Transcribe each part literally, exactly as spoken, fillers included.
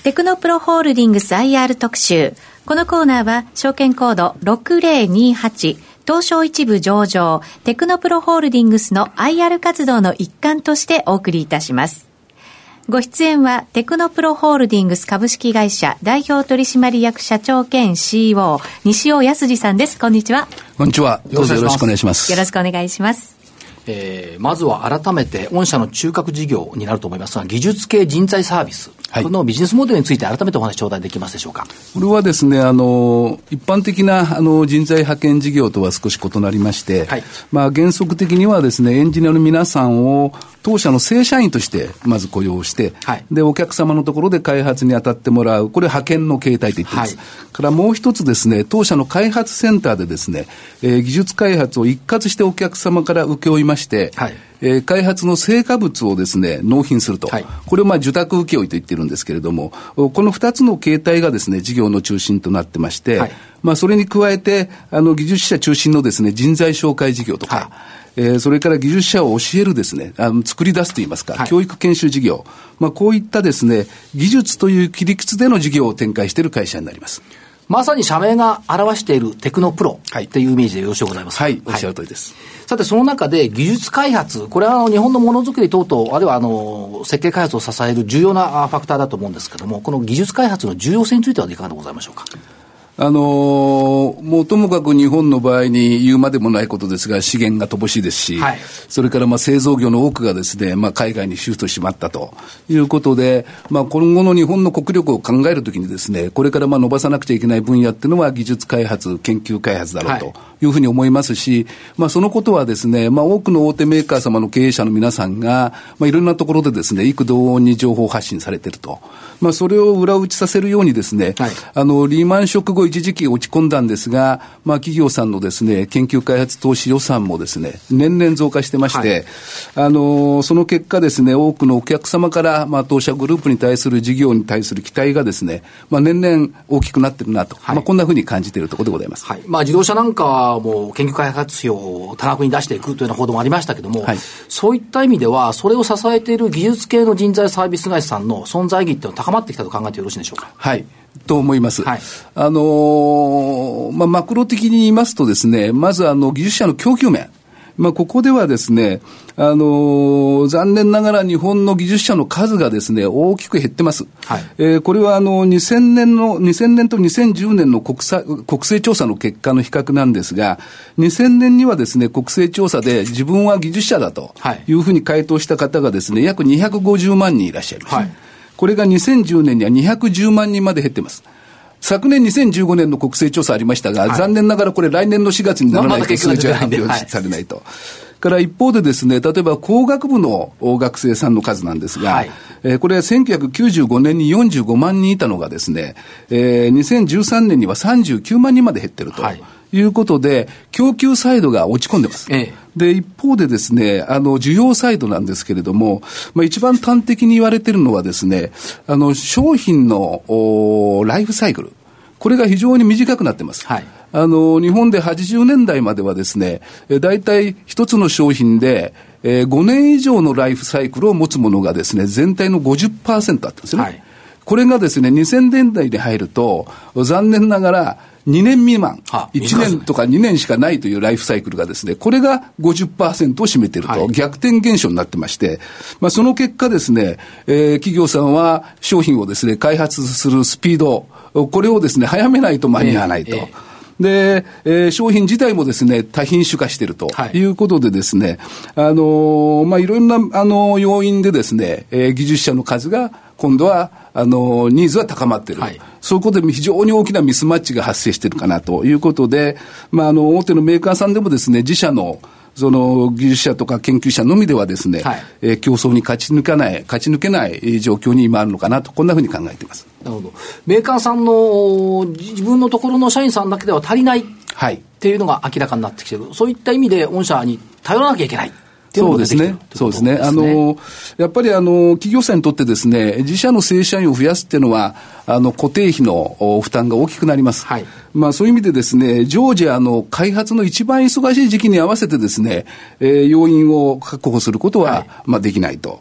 テクノプロホールディングス アイアール 特集。このコーナーは証券コードろくぜろにはち東証一部上場テクノプロホールディングスの アイアール 活動の一環としてお送りいたします。ご出演はテクノプロホールディングス株式会社代表取締役社長兼 シーイーオー 西尾康二さんです。こんにちは。 こんにちは。どうぞよろしくお願いします。 よろしくお願いします。 えー、まずは改めて御社の中核事業になると思いますが、技術系人材サービス、はい、このビジネスモデルについて改めてお話頂戴できますでしょうか。 これはですね、あの一般的なあの人材派遣事業とは少し異なりまして、はい、まあ、原則的にはですね、エンジニアの皆さんを当社の正社員としてまず雇用して、はい、でお客様のところで開発に当たってもらう、これ派遣の形態と言っています、はい、からもう一つですね、当社の開発センターでですね、えー、技術開発を一括してお客様から請け負いまして、はい、えー、開発の成果物をですね納品すると、はい、これをまあ受託請負と言ってるんですけれども、この二つの形態がですね事業の中心となってまして、はい、まあ、それに加えてあの技術者中心のですね人材紹介事業とか、はい、えー、それから技術者を教えるですね、あの作り出すといいますか、はい、教育研修事業、まあ、こういったですね技術という切り口での事業を展開している会社になります。 まさに社名が表しているテクノプロというイメージでよろしゅうございますか。 はい、おっしゃる通りです。 はい、さてその中で技術開発、これはあの日本のものづくり等々、あるいはあの設計開発を支える重要なファクターだと思うんですけども、この技術開発の重要性についてはいかがでございましょうか。 あのー、もうともかく日本の場合に言うまでもないことですが、資源が乏しいですし、はい、それからまあ製造業の多くがですね、まあ、海外にシフトしてしまったということで、まあ、今後の日本の国力を考えるときにですね、これからまあ伸ばさなくちゃいけない分野っていうのは技術開発、研究開発だろうというふうに思いますし、はい、まあ、そのことはですね、まあ、多くの大手メーカー様の経営者の皆さんが、まあ、いろんなところでですね、幾度に情報発信されていると。まあ、それを裏打ちさせるようにですね、はい、あの、リーマンショック後一時期落ち込んだんですが、まあ、企業さんのですね、研究開発投資予算もですね、年々増加してまして、はい、あの、その結果ですね、多くのお客様から、まあ、当社グループに対する事業に対する期待がですね、まあ、年々大きくなってるなと、はい、まあ、こんなふうに感じているところでございます。 はい、まあ、自動車なんかも研究開発費を多額に出していくというような報道もありましたけども、はい、そういった意味では、それを支えている技術系の人材サービス会社さんの存在意義っていうのは高まってきたと考えてよろしいでしょうか。 はい。と思います。はい、あのー、まあ、マクロ的に言いますとですね、まずあの、技術者の供給面。まあ、ここではですね、あのー、残念ながら日本の技術者の数がですね、大きく減ってます。はい、えー、これはあの、にせんねんの、にせんねんとにせんじゅうねんの国際、国勢調査の結果の比較なんですが、にせんねんにはですね、国勢調査で自分は技術者だというふうに回答した方がですね、約にひゃくごじゅうまんにんいらっしゃいます。はい、これがにせんじゅうねんにはにひゃくじゅうまんにんまで減っています。昨年にせんじゅうごねんの国勢調査ありましたが、はい、残念ながらこれ来年のしがつにならないと数字は発表されないと。はい、から一方でですね、例えば工学部の学生さんの数なんですが、はい、えー、これはせんきゅうひゃくきゅうじゅうごねんによんじゅうごまんにんいたのがですね、えー、にせんじゅうさんねんにはさんじゅうきゅうまんにんまで減ってると。はい、いうことで、供給サイドが落ち込んでます。ええ、で、一方でですね、あの、需要サイドなんですけれども、まあ、一番端的に言われているのはですね、あの、商品のライフサイクル。これが非常に短くなってます。はい、あの、日本ではちじゅうねんだいまではですね、だいたい一つの商品で、えー、ごねん以上のライフサイクルを持つものがですね、全体の ごじゅっパーセント あったんですよね。はい、これがですね、にせんねんだいに入ると、残念ながら、にねん未満、いちねんとかにねんしかないというライフサイクルがですね、これが ごじゅっパーセント を占めていると、逆転現象になってまして、まあ、その結果ですね、えー、企業さんは商品をですね、開発するスピード、これをですね、早めないと間に合わないと。えーえーで、えー、商品自体もですね、多品種化しているということでですね、はい、あのー、まあ、いろんな、あのー、要因でですね、えー、技術者の数が今度は、あのー、ニーズは高まっている。はい、そういうことで非常に大きなミスマッチが発生しているかなということで、まあ、あの、大手のメーカーさんでもですね、自社のその技術者とか研究者のみではですね、はい、えー、競争に勝ち抜かない、勝ち抜けない状況に今あるのかなと、こんなふうに考えています。 なるほど。メーカーさんの自分のところの社員さんだけでは足りないっていうのが明らかになってきている。そういった意味で御社に頼らなきゃいけない。 そうですね。そうですね。あの、やっぱりあの、企業さんにとってですね、自社の正社員を増やすっていうのは、あの、固定費の負担が大きくなります。はい。まあそういう意味でですね、常時あの、開発の一番忙しい時期に合わせてですね、えー、要員を確保することは、はい、まあできないと。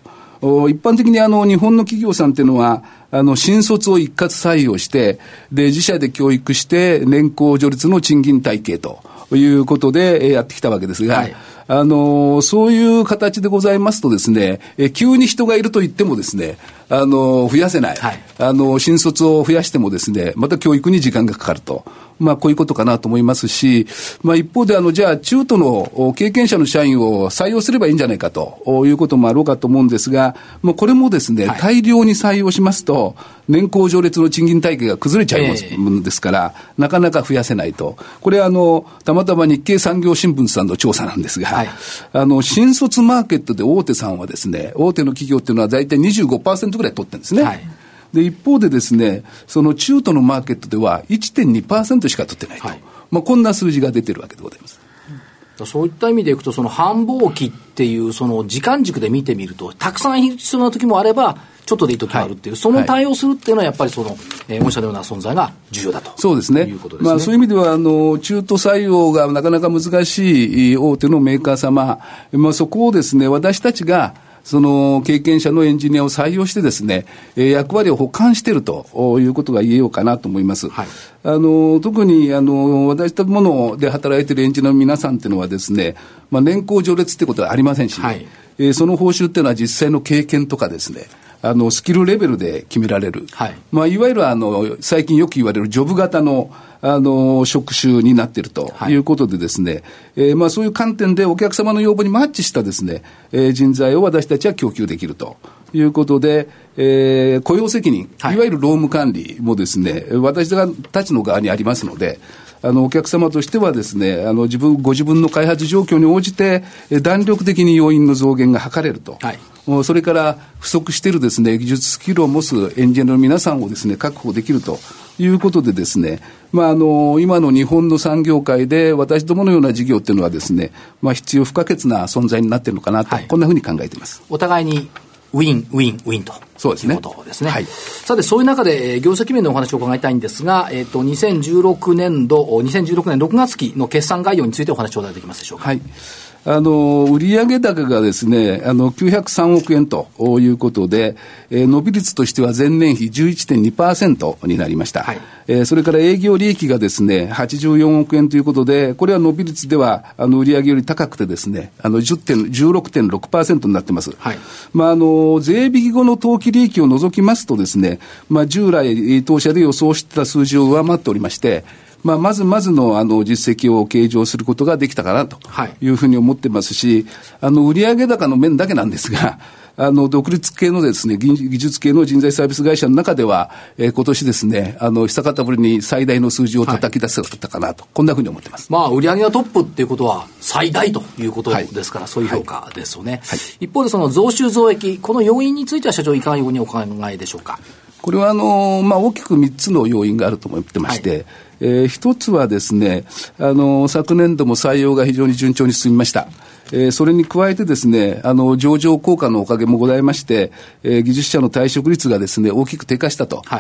一般的にあの日本の企業さんっていうのはあの新卒を一括採用してで自社で教育して年功序列の賃金体系ということでやってきたわけですが、はい、あのそういう形でございますとですね、え急に人がいると言ってもですね、あの増やせない、はい、あの新卒を増やしてもですね、また教育に時間がかかると、まあこういうことかなと思いますし、まあ一方であのじゃあ中途の経験者の社員を採用すればいいんじゃないかということもあろうかと思うんですが、もうこれもですね、はい、大量に採用しますと年功序列の賃金体系が崩れちゃいますものですから、えー、なかなか増やせないと。これはあのたまたま日経産業新聞さんの調査なんですが、はい、あの新卒マーケットで大手さんはですね、大手の企業っていうのは大体 にじゅうごパーセント ぐらい取ってるんですね、はい、で一方でですね、その中途のマーケットでは いってんにパーセント しか取ってないと、はい、まあ、こんな数字が出てるわけでございます。 そういった意味でいくと、その繁忙期っていうその時間軸で見てみると、たくさん必要な時もあればちょっとでいい時もあるっていう、はい、その対応するっていうのはやっぱりその、えー、御社のような存在が重要だと。 そうですね。 いうことですね。 まあそういう意味ではあの中途採用がなかなか難しい大手のメーカー様、まあそこをですね、私たちがその経験者のエンジニアを採用してですね、えー、役割を補完しているということが言えようかなと思います。はい、あの特にあの私たちもので働いているエンジニアの皆さんというのはですね、まあ、年功序列ってことはありませんし、はい、えー、その報酬っていうのは実際の経験とかですね、あのスキルレベルで決められる、はい、まあ、いわゆるあの最近よく言われるジョブ型のあの職種になっているということでですね、はい、えー、まあそういう観点でお客様の要望にマッチしたですね、えー、人材を私たちは供給できるということで、えー、雇用責任、はい、いわゆる労務管理もですね、私たちの側にありますので、あのお客様としてはですね、あの自分ご自分の開発状況に応じて弾力的に要員の増減が図れると、はい、それから不足しているですね、技術スキルを持つエンジニアの皆さんをですね、確保できるということでですね、まあ、あの今の日本の産業界で私どものような事業っていうのはですね、まあ、必要不可欠な存在になっているのかなと、はい、こんなふうに考えています。 お互いにウィンウィンウィンとそうですね。 いうことですね。はい、さてそういう中で、えー、業績面のお話を伺いたいんですが、えっ、ー、とにせんじゅうろくねんどにせんじゅうろくねんろくがつ期の決算概要についてお話を頂戴できますでしょうか。 はい。あの売上高がですね、あのきゅうひゃくさんおくえんということで、えー、伸び率としては前年比 じゅういってんにパーセント になりました。はい、えー、それから営業利益がですねはちじゅうよんおくえんということで、これは伸び率ではあの売上より高くてですね、あの じゅうろくてんろくパーセント になってます。はい、まああの税引き後の当期利益を除きますとですね、まあ従来当社で予想してた数字を上回っておりまして、まあ、まずまずのあの実績を計上することができたかなというふうに思ってますし、あの売上高の面だけなんですが、あの独立系のですね、技術系の人材サービス会社の中では、えー、今年ですね、あの久方ぶりに最大の数字を叩き出せたかなと、はい、こんなふうに思ってます。 まあ売上がトップっていうことは最大ということですから、はい、そういう評価ですよね。はいはい、一方でその増収増益、この要因については社長いかがにお考えでしょうか。 これはあの、まあ、大きくみっつの要因があると思ってまして、はい、えー、一つはですね、あの昨年度も採用が非常に順調に進みました。えー、それに加えてですね、あの上場効果のおかげもございまして、えー、技術者の退職率がですね大きく低下したと、はい、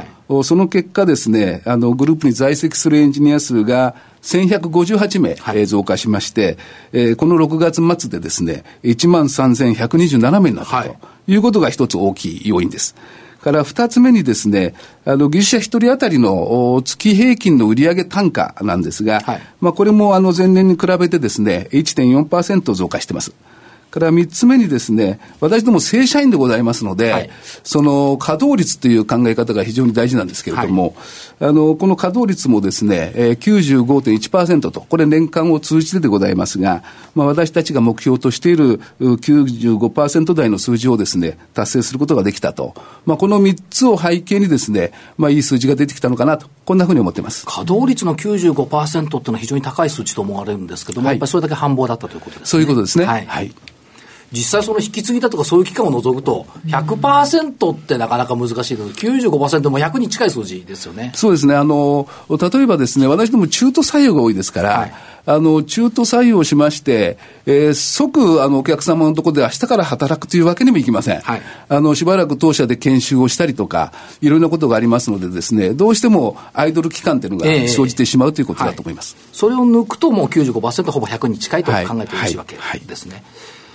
その結果ですね、あのグループに在籍するエンジニア数がせんひゃくごじゅうはちめい、はい、えー、増加しまして、えー、このろくがつ末でですね いちまんさんぜんひゃくにじゅうななめいになったということが一つ大きい要因です。から二つ目にですね、あの技術者一人当たりの月平均の売上単価なんですが、はい、まあこれもあの前年に比べてですね いってんよんパーセント 増加しています。から三つ目にですね、私ども正社員でございますので、はい、その稼働率という考え方が非常に大事なんですけれども、はい、あのこの稼働率もですね、えー、きゅうじゅうごてんいちパーセント と、これ年間を通じてでございますが、まあ、私たちが目標としている きゅうじゅうごパーセント 台の数字をですね達成することができたと、まあ、このみっつを背景にですね、まあ、いい数字が出てきたのかなと、こんなふうに思っています。 稼働率の きゅうじゅうごパーセント っていうのは非常に高い数値と思われるんですけども、はい、やっぱりそれだけ繁忙だったということですね。 そういうことですね。 はい、はい、実際その引き継ぎだとかそういう期間を除くと ひゃくパーセント ってなかなか難しいけど きゅうじゅうごパーセント もひゃくに近い数字ですよね。 そうですね。あの例えばですね、私ども中途採用が多いですから、はい、あの中途採用しまして、えー、即あのお客様のところで明日から働くというわけにもいきません。はい、あのしばらく当社で研修をしたりとかいろんなことがありますのでですね、どうしてもアイドル期間というのが生じてしまうということだと思います。 えーはい、それを抜くともう きゅうじゅうごパーセント ほぼひゃくに近いと考えてよろしいわけですね。はいはいはい、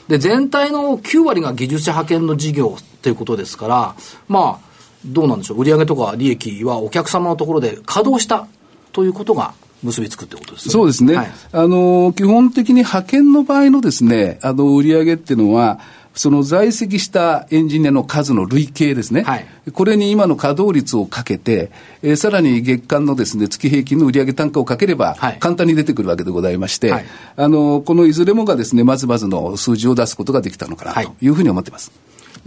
で、全体のきゅう割が技術者派遣の事業ということですから、まあ、どうなんでしょう、売上とか利益はお客様のところで稼働したということが結びつくってことですね。 そうですね。はい、あの、基本的に派遣の場合のですね、あの、売上っていうのは、その在籍したエンジニアの数の累計ですね。はい、これに今の稼働率をかけて、えー、さらに月間のですね、月平均の売上単価をかければ、簡単に出てくるわけでございまして、はい、あの、このいずれもがですね、まずまずの数字を出すことができたのかなというふうに思っています。はい、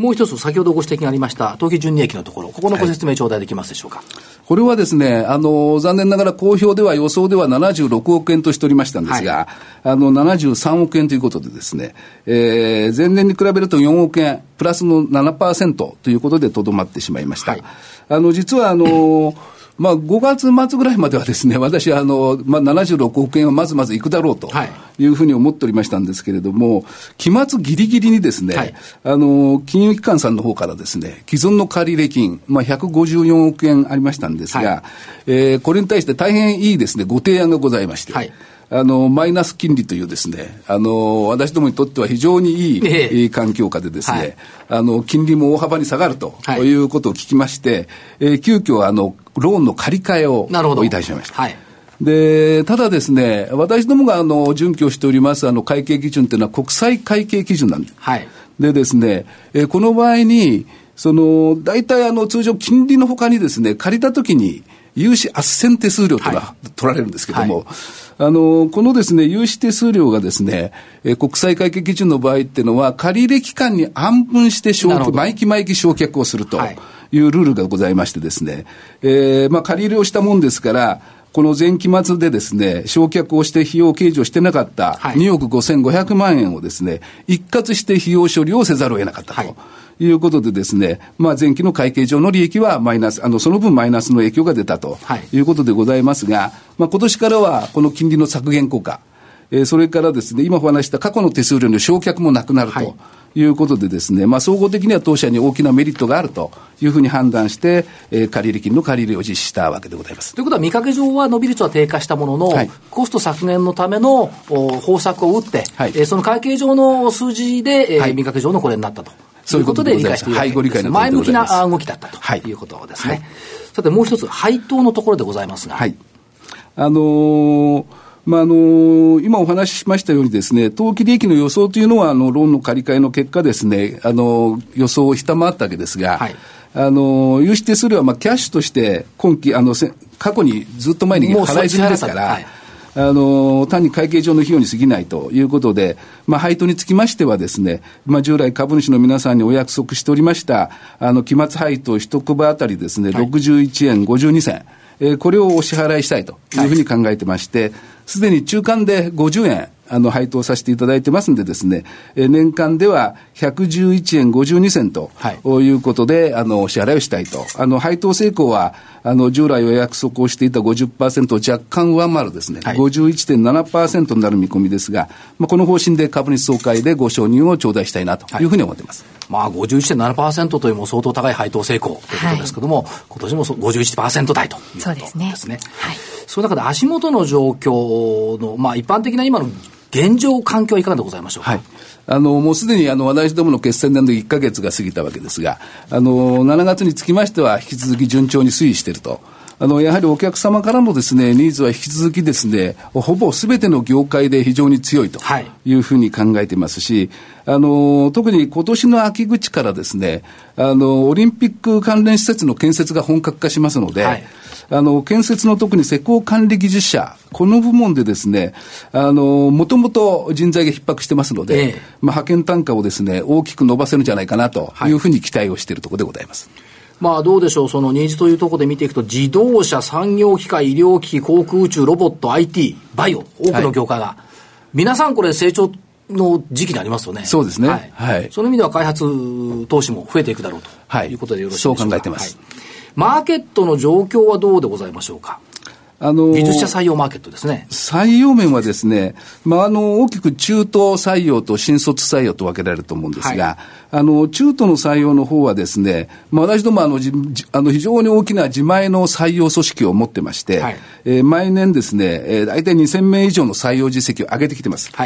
もう一つ、先ほどご指摘がありました、当期純利益のところ、ここのご説明頂戴できますでしょうか。はい、 これはですね、あの、残念ながら公表では予想ではななじゅうろくおくえんとしておりましたんですが、はい、あの、ななじゅうさんおくえんということでですね、えー、前年に比べるとよんおくえん、プラスの ななパーセント ということでとどまってしまいました。はい、あの、実はあの、まあ、ごがつ末ぐらいまではですね、私はあの、まあ、ななじゅうろくおくえんはまずまずいくだろうというふうに思っておりましたんですけれども、期末ギリギリにですね、はい、あの、金融機関さんの方からですね、既存の借入金、まあ、ひゃくごじゅうよんおくえんありましたんですが、はい、えー、これに対して大変いいですね、ご提案がございまして、はい、あの、マイナス金利というですね、あの、私どもにとっては非常にいい、えー、環境下でですね、はい、あの、金利も大幅に下がるということを聞きまして、はい、えー、急遽、あの、ローンの借り換えをいたしました。はい、で、ただですね、私どもがあの、準拠しておりますあの、会計基準というのは国際会計基準なんです。はい、でですね、えー、この場合に、その、大体あの、通常金利の他にですね、借りたときに、融資斡旋手数料というのが取られるんですけども、はいはい、あの、このですね、融資手数料がですね、えー、国際会計基準の場合っていうのは、借入期間に安分して償却、毎期毎期償却をするというルールがございましてですね、えー、まあ、借り入れをしたもんですから、この前期末でですね、償却をして費用計上してなかったにおくごせんごひゃくまんえんをですね、一括して費用処理をせざるを得なかったと。はい、いうことでですね、まあ、前期の会計上の利益はマイナス、あの、その分マイナスの影響が出たということでございますが、はい、まあ、今年からはこの金利の削減効果、えー、それからですね、今お話した過去の手数料の償却もなくなるということでですね、はい、まあ、総合的には当社に大きなメリットがあるというふうに判断して、えー、借入金の借り入れを実施したわけでございます。 ということは、見かけ上は伸び率は低下したものの、はい、コスト削減のための方策を打って、はい、えー、その会計上の数字で、えーはい、見かけ上のこれになったと。そういうことで理解しているわけです。はい、ご理解のとおりでございます。前向きな動きだったということですね。はい、さて、もう一つ、配当のところでございますが。はい。 あのー、まあ、あのー、今お話ししましたようにですね、当期利益の予想というのは、あの、ローンの借り換えの結果ですね、あのー、予想を下回ったわけですが、はい、あのー、融資手数料は、まあ、キャッシュとして、今期、あの、過去にずっと前に払い済みですから、あの、単に会計上の費用に過ぎないということで、まあ、配当につきましてはですね、まあ、従来株主の皆さんにお約束しておりました、あの、期末配当一株当たりですね、はい、ろくじゅういちえんごじゅうにせん、えー、これをお支払いしたいというふうに考えてまして、すでに中間でごじゅうえん、あの、配当させていただいてますんでですね、えー、年間ではひゃくじゅういちえんごじゅうにせんということで、はい、あの、お支払いをしたいと。あの、配当成功は、あの、従来お約束をしていた ごじゅっパーセント を若干上回るですね、はい、ごじゅういってんななパーセント になる見込みですが、まあ、この方針で株主総会でご承認を頂戴したいなというふうに思っています。はい、 まあ、ごじゅういってんななパーセント というも相当高い配当成功ということですけども、はい、今年も ごじゅういちパーセント 台ということですね。そうですね。はい。その中で足元の状況の、まあ、一般的な今の現状環境はいかがでございましょうか。はい、 あのもうすでにあの私どもの決算年度いっかげつが過ぎたわけですが、あのしちがつにつきましては引き続き順調に推移していると。あのやはりお客様からのですねニーズは引き続きですねほぼすべての業界で非常に強いというふうに考えていますし、あの特に今年の秋口からですねあのオリンピック関連施設の建設が本格化しますので、はい、あの建設の特に施工管理技術者この部門でですねあのもともと人材が逼迫してますので、ええまあ、派遣単価をですね大きく伸ばせるんじゃないかなというふうに期待をしているところでございます。はいまあどうでしょう、そのニーズというところで見ていくと、自動車、産業機械、医療機器、航空宇宙、ロボット、アイティー、バイオ、多くの業界が、はい、皆さんこれ成長の時期にありますよね。 そうですね。はい。はい、 その意味では開発投資も増えていくだろうということでよろしいでしょうか。 そう考えてます。 はい、マーケットの状況はどうでございましょうか。あのー、技術者採用マーケットですね。 採用面はですね、まあ、あの、大きく中途採用と新卒採用と分けられると思うんですが、はい、あの、中途の採用の方はですね、まあ、私どもあの、じあの非常に大きな自前の採用組織を持ってまして、はいえー、毎年ですね、えー、大体にせんめい以上の採用実績を上げてきてます。はい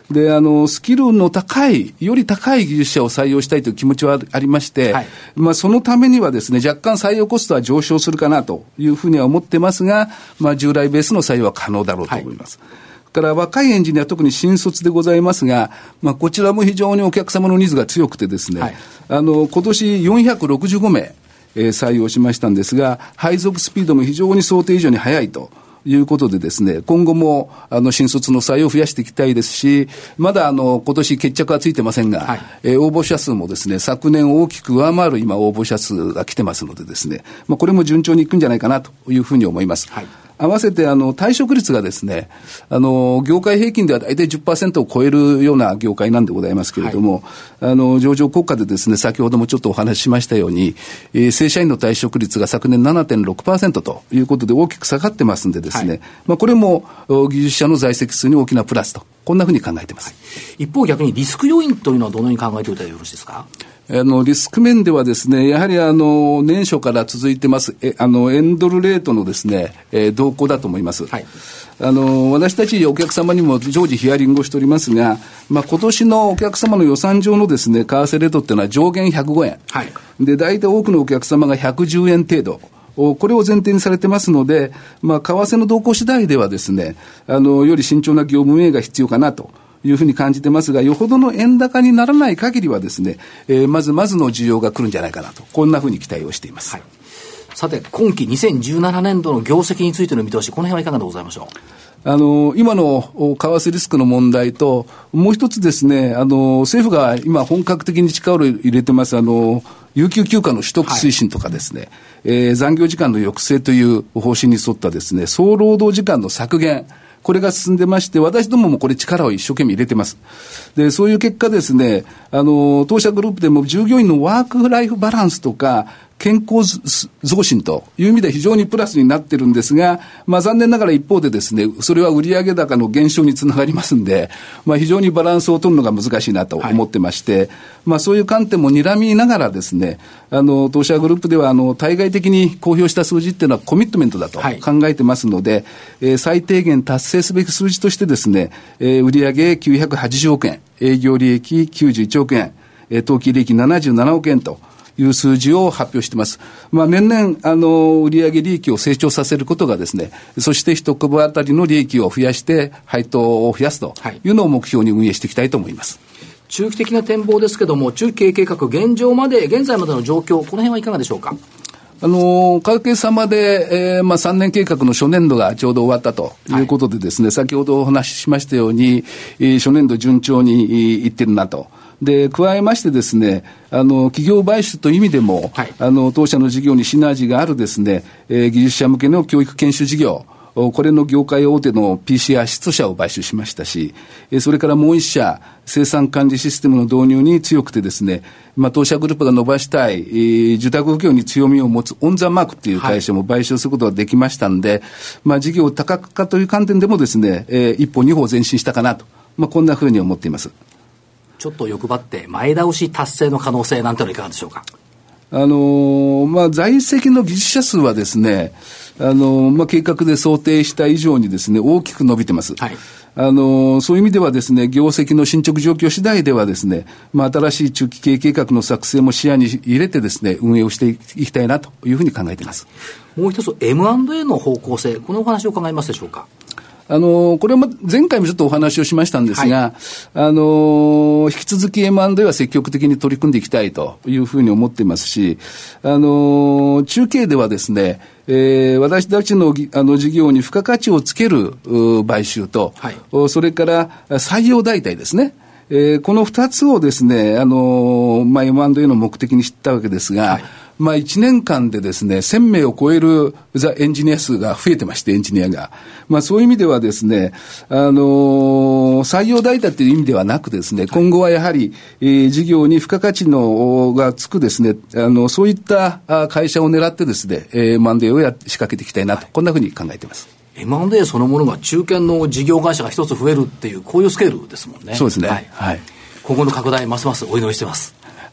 で、あの、スキルの高い、より高い技術者を採用したいという気持ちはありまして、はい、まあ、そのためにはですね、若干採用コストは上昇するかなというふうには思ってますが、まあ、従来ベースの採用は可能だろうと思います。はい、から若いエンジニア、特に新卒でございますが、まあ、こちらも非常にお客様のニーズが強くてですね、はい、あの、今年よんひゃくろくじゅうごめい、えー、採用しましたんですが、配属スピードも非常に想定以上に速いということでですね、今後もあの新卒の採用を増やしていきたいですし、まだあの今年決着はついてませんが、はい、えー、応募者数もですね、昨年大きく上回る今応募者数が来てますのでですね、まあ、これも順調にいくんじゃないかなというふうに思います。はい、合わせてあの退職率がですね、あの業界平均では大体 じゅっパーセント を超えるような業界なんでございますけれども、はい、あの上場国家でですね、先ほどもちょっとお話ししましたように、えー、正社員の退職率が昨年 ななてんろくパーセント ということで大きく下がってますんでですね、はい、まあ、これも技術者の在籍数に大きなプラスと、こんなふうに考えています。はい、一方逆にリスク要因というのはどのように考えておいたらよろしいですか。 あのリスク面ではですね、やはりあの年初から続いてますえあのエンドルレートのですね、えー、動向だと思います。はい、あの私たちお客様にも常時ヒアリングをしておりますが、まあ、今年のお客様の予算上のですね為替レートっていうのは上限ひゃくごえん、はい、で大体多くのお客様がひゃくじゅうえん程度、これを前提にされてますので、まあ、為替の動向次第ではですね、あのより慎重な業務運営が必要かなというふうに感じてますが、よほどの円高にならない限りはですね、えー、まずまずの需要が来るんじゃないかなと、こんなふうに期待をしています。はい、 さて今期にせんじゅうななねんどの業績についての見通し、この辺はいかがでございましょう。 あの今の為替リスクの問題と、もう一つですね、あの政府が今本格的に力を入れてますあの有給休暇の取得推進とかですね、はい、えー、残業時間の抑制という方針に沿ったですね、総労働時間の削減、これが進んでまして、私どももこれ力を一生懸命入れてます。で、そういう結果ですね、あの、当社グループでも従業員のワークライフバランスとか、健康増進という意味で非常にプラスになってるんですが、まあ残念ながら一方でですね、それは売上高の減少につながりますんで、まあ非常にバランスを取るのが難しいなと思ってまして、はい、まあそういう観点も睨みながらですね、あの、当社グループではあの、対外的に公表した数字っていうのはコミットメントだと考えてますので、はい、えー、最低限達成すべき数字としてですね、えー、売上きゅうひゃくはちじゅうおくえん、営業利益きゅうじゅういちおくえん、えー、当期利益ななじゅうななおくえんと、いう数字を発表しています。まあ、年々、あの、売上利益を成長させることがですね、そして一株当たりの利益を増やして、配当を増やすというのを目標に運営していきたいと思います。 はい、中期的な展望ですけども、中期経営計画、現状まで、現在までの状況、この辺はいかがでしょうか。 あの、おかげさまで、えー、まあ、さんねん計画の初年度がちょうど終わったということでですね、はい、先ほどお話ししましたように、えー、初年度順調にいってるなと。で、加えましてですね、あの、企業買収という意味でも、はい、あの、当社の事業にシナジーがあるですね、えー、技術者向けの教育研修事業、これの業界大手の ピーシーアール 出社を買収しましたし、それからもう一社、生産管理システムの導入に強くてですね、まあ、当社グループが伸ばしたい、えー、受託業に強みを持つオンザマークという会社も買収することができましたんで、はい、まあ、事業多角化という観点でもですね、えー、一歩二歩前進したかなと、まあ、こんなふうに思っています。 ちょっと欲張って前倒し達成の可能性なんてのはいかがでしょうか。 あのー、まあ、在籍の技術者数はですね、あのー、まあ、計画で想定した以上にですね、大きく伸びてます。はい、あのー、そういう意味ではですね、業績の進捗状況次第ではですね、まあ、新しい中期経営計画の作成も視野に入れてですね、運営をしていきたいなというふうに考えています。 もう一つ エムアンドエー の方向性、このお話を伺いますでしょうか。 あのー、これは前回もちょっとお話をしましたんですが、はい、あのー、引き続き エムアンドエー は積極的に取り組んでいきたいというふうに思っていますし、あのー、中継ではですね、えー、私たちの、あの事業に付加価値をつける買収と、はい、それから採用代替ですね。えー、この二つをですね、あのー、まあ、エムアンドエー の目的にしたわけですが、はい、まあ、一年間でですね、せんめいを超えるザ・エンジニア数が増えてまして、エンジニアが。まあ、そういう意味ではですね、あのー、採用代替という意味ではなくですね、今後はやはり、えー、事業に付加価値のがつくですね、あの、そういった会社を狙ってですね、えー、マンデーをや仕掛けていきたいなと、こんなふうに考えています。 エムアンドエー そのものが中堅の事業会社が一つ増えるっていう、こういうスケールですもんね。 そうですね。 はい。はい、今後の拡大、ますますお祈りしてます。 あ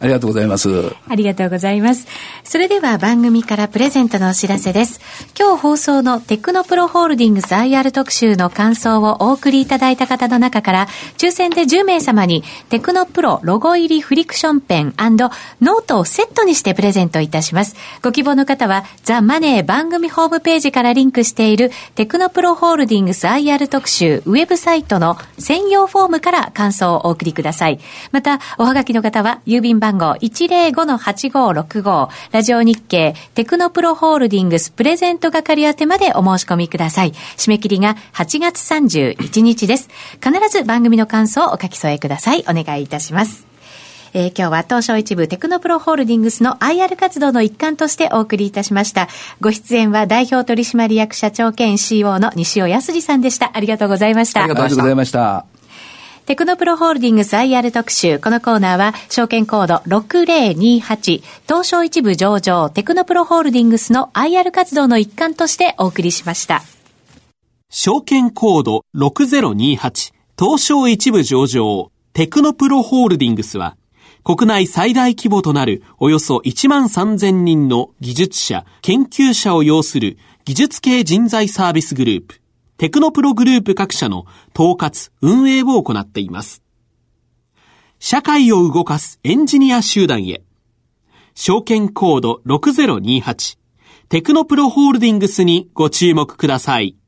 ありがとうございます。 ありがとうございます。それでは番組からプレゼントのお知らせです。今日放送のテクノプロホールディングス アイアール 特集の感想をお送りいただいた方の中から抽選でじゅうめい様にテクノプロロゴ入りフリクションペン&ノートをセットにしてプレゼントいたします。ご希望の方はザ・マネー番組ホームページからリンクしているテクノプロホールディングス アイアール 特集ウェブサイトの専用フォームから感想をお送りください。またおはがきの方は郵便番号 いちまるごのはちごろくご ラジオ日経テクノプロホールディングスプレゼント係宛てまでお申し込みください。締め切りがはちがつさんじゅういちにちです。必ず番組の感想をお書き添えください。お願いいたします。えー、今日は東証一部テクノプロホールディングスの アイアール 活動の一環としてお送りいたしました。ご出演は代表取締役社長兼 シーイーオー の西尾康二さんでした。ありがとうございました。 ありがとうございました。 テクノプロホールディングス アイアール 特集。このコーナーは証券コードろくぜろにはち東証一部上場テクノプロホールディングスの アイアール 活動の一環としてお送りしました。 証券コードろくぜろにはち東証一部上場テクノプロホールディングスは国内最大規模となるおよそいちまんさんぜんにんの技術者、研究者を擁する技術系人材サービスグループテクノプログループ各社の統括・運営を行っています。社会を動かすエンジニア集団へ。証券コードろくぜろにはちテクノプロホールディングスにご注目ください。